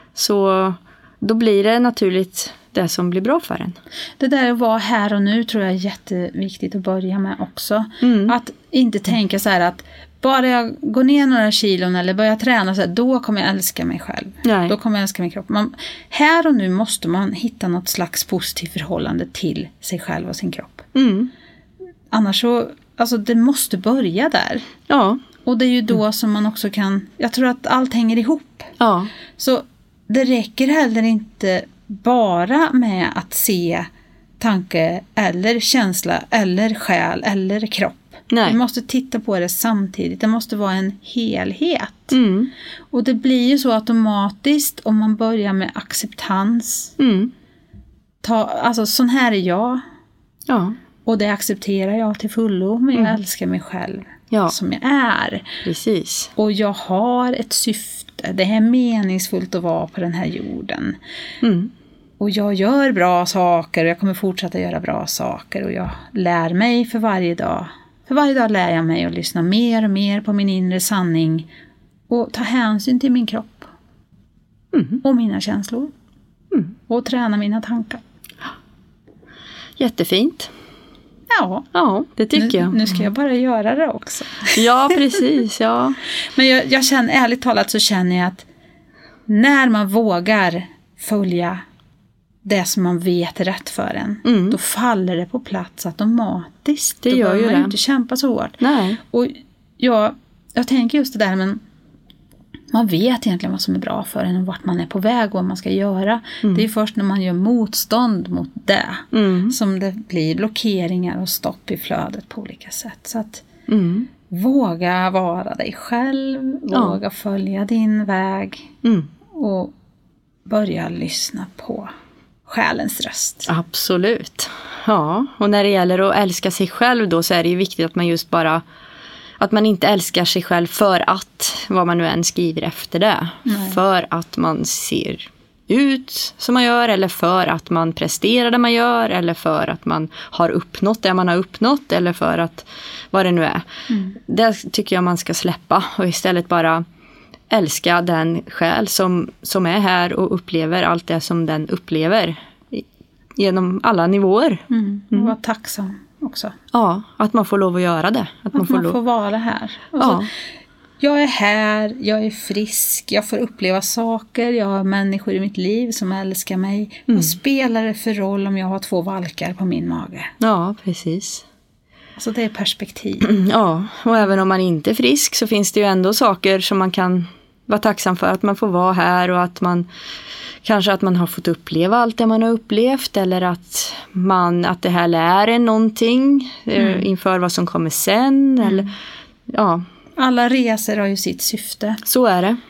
Så då blir det naturligt det som blir bra för en. Det där att vara här och nu tror jag är jätteviktigt att börja med också. Mm. Att inte tänka så här att bara jag går ner några kilon eller börjar träna så här, då kommer jag älska mig själv. Nej. Då kommer jag älska min kropp. Man, här och nu måste man hitta något slags positivt förhållande till sig själv och sin kropp. Mm. Annars så, alltså det måste börja där. Ja. Och det är ju då mm. som man också kan, jag tror att allt hänger ihop. Ja. Så det räcker heller inte bara med att se tanke eller känsla eller själ eller kropp. Nej. Vi måste titta på det samtidigt. Det måste vara en helhet. Mm. Och det blir ju så automatiskt om man börjar med acceptans. Mm. Ta, alltså sån här är jag. Ja. Och det accepterar jag till fullo. Men jag mm. älskar mig själv ja. som jag är. Precis. Och jag har ett syfte. Det är meningsfullt att vara på den här jorden. Mm. Och jag gör bra saker. Och jag kommer fortsätta göra bra saker. Och jag lär mig för varje dag. För varje dag lär jag mig att lyssna mer och mer på min inre sanning. Och ta hänsyn till min kropp. Mm. Och mina känslor. Mm. Och träna mina tankar. Jättefint. Ja, ja det tycker nu, jag. Nu ska jag bara göra det också. Ja, precis. Ja. Men jag, jag känner, ärligt talat så känner jag att när man vågar följa det som man vet är rätt för en, mm. då faller det på plats automatiskt. Det då gör ju man det. ju inte kämpa så hårt. Nej. Och jag, jag tänker just det där, men man vet egentligen vad som är bra för en och vart man är på väg och vad man ska göra. Mm. Det är först när man gör motstånd mot det mm. som det blir blockeringar och stopp i flödet på olika sätt. Så att mm. våga vara dig själv, ja. våga följa din väg mm. och börja lyssna på själens röst. Absolut. Ja, och när det gäller att älska sig själv då så är det ju viktigt att man just bara att man inte älskar sig själv för att, vad man nu än skriver efter det. Nej. För att man ser ut som man gör, eller för att man presterar det man gör, eller för att man har uppnått det man har uppnått, eller för att, vad det nu är. Mm. Det tycker jag man ska släppa och istället bara älska den själ som, som är här och upplever allt det som den upplever genom alla nivåer. Mm. Och vara tacksam också. Ja, att man får lov att göra det. Att, att man får, man lov... får vara här. Och ja. så, jag är här, jag är frisk, jag får uppleva saker, jag har människor i mitt liv som älskar mig. Mm. Vad spelar det för roll om jag har två valkar på min mage? Ja, precis. Alltså det är perspektiv. Ja, och även om man inte är frisk så finns det ju ändå saker som man kan vara tacksam för. Att man får vara här och att man kanske att man har fått uppleva allt det man har upplevt. Eller att, man, att det här lär en någonting mm. inför vad som kommer sen. Mm. Eller, ja. Alla resor har ju sitt syfte. Så är det.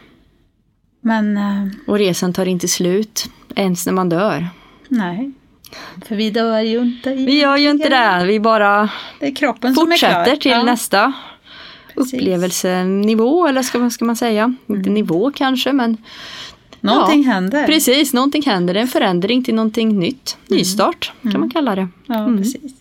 Men, äh, och resan tar inte slut ens när man dör. Nej. För vi dör ju inte. Vi gör ju inte det. Vi bara det är kroppen fortsätter som är klar. till ja. nästa Precis. upplevelsenivå. Eller ska, ska man säga. Mm. Inte nivå kanske, men någonting ja, händer. Precis, någonting händer. Det är en förändring till någonting nytt. Mm. Nystart kan mm. man kalla det. Ja, mm. precis.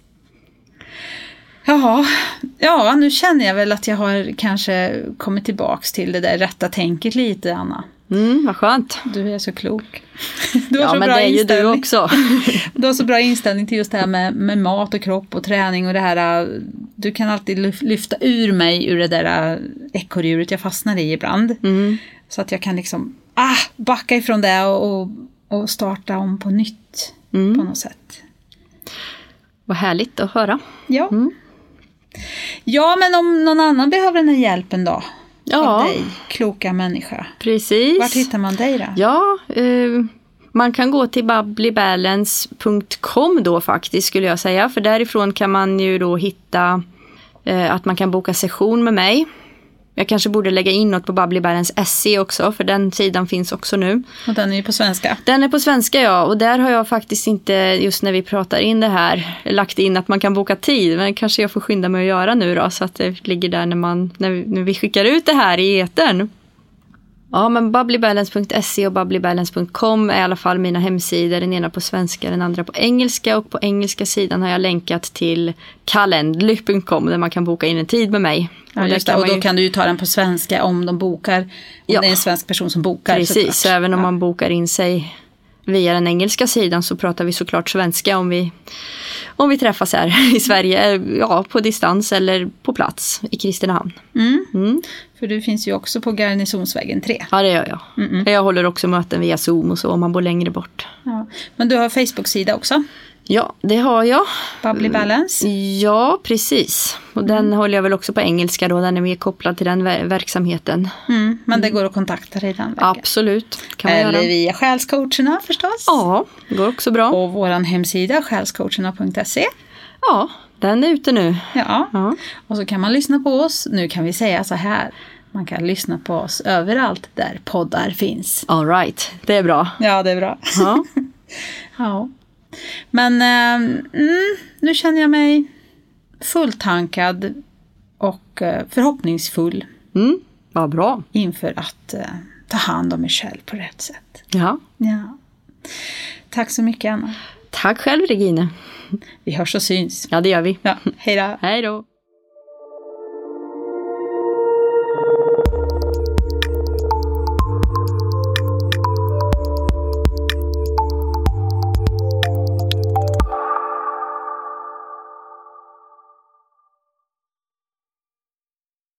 Jaha, ja, nu känner jag väl att jag har kanske kommit tillbaks till det där rätta tänket lite, Anna. Mm, vad skönt. Du är så klok. Du har ja, så men bra det är ju du också. Du har så bra inställning till just det här med, med mat och kropp och träning och det här. Du kan alltid lyfta ur mig ur det där ekorrhjulet jag fastnar i ibland. Mm. Så att jag kan liksom ah, backa ifrån det och, och, och starta om på nytt mm. på något sätt. Vad härligt att höra. Ja. Mm. Ja, men om någon annan behöver den här hjälpen då? Ja. Av dig, kloka människa. Precis. Vart hittar man dig då? Ja, eh, man kan gå till bubbly balance punkt com då faktiskt skulle jag säga. För därifrån kan man ju då hitta eh, att man kan boka session med mig. Jag kanske borde lägga in något på Bubbly Balance punkt se också, för den sidan finns också nu. Och den är ju på svenska. Den är på svenska, ja. Och där har jag faktiskt inte, just när vi pratar in det här, lagt in att man kan boka tid. Men kanske jag får skynda mig att göra nu då, så att det ligger där när, man, när, vi, när vi skickar ut det här i etern. Ja, men bubbly balance punkt se och bubbly balance punkt com är i alla fall mina hemsidor. Den ena på svenska, den andra på engelska. Och på engelska sidan har jag länkat till calendly punkt com där man kan boka in en tid med mig. Ja, just det. Och då ju... kan du ju ta den på svenska om de bokar. Om ja. Det är en svensk person som bokar. Precis, så även om ja. man bokar in sig via den engelska sidan så pratar vi såklart svenska om vi, om vi träffas här i Sverige, ja, på distans eller på plats i Kristinehamn. Mm. Mm. För du finns ju också på Garnisonsvägen tre. Ja, det gör jag. Mm-mm. Jag håller också möten via Zoom och så om man bor längre bort. Ja. Men du har Facebook-sida också? Ja, det har jag. Bubbly Balance? Ja, precis. Och den mm. håller jag väl också på engelska då. Den är mer kopplad till den ver- verksamheten. Mm. Men det går att kontakta dig den vägen? Absolut. Kan man Eller göra. via själscoacherna förstås? Ja, det går också bra. Och våran hemsida själscoacherna punkt se? Ja, den är ute nu. Ja. ja, och så kan man lyssna på oss. Nu kan vi säga så här. Man kan lyssna på oss överallt där poddar finns. All right, det är bra. Ja, det är bra. Ja. ja. Men eh, mm, nu känner jag mig fulltankad och eh, förhoppningsfull. Mm, vad bra. Inför att eh, ta hand om mig själv på rätt sätt. Ja. ja. Tack så mycket, Anna. Tack själv, Regine. Vi hörs och syns. Ja, det gör vi. Ja, hej då. Hej då.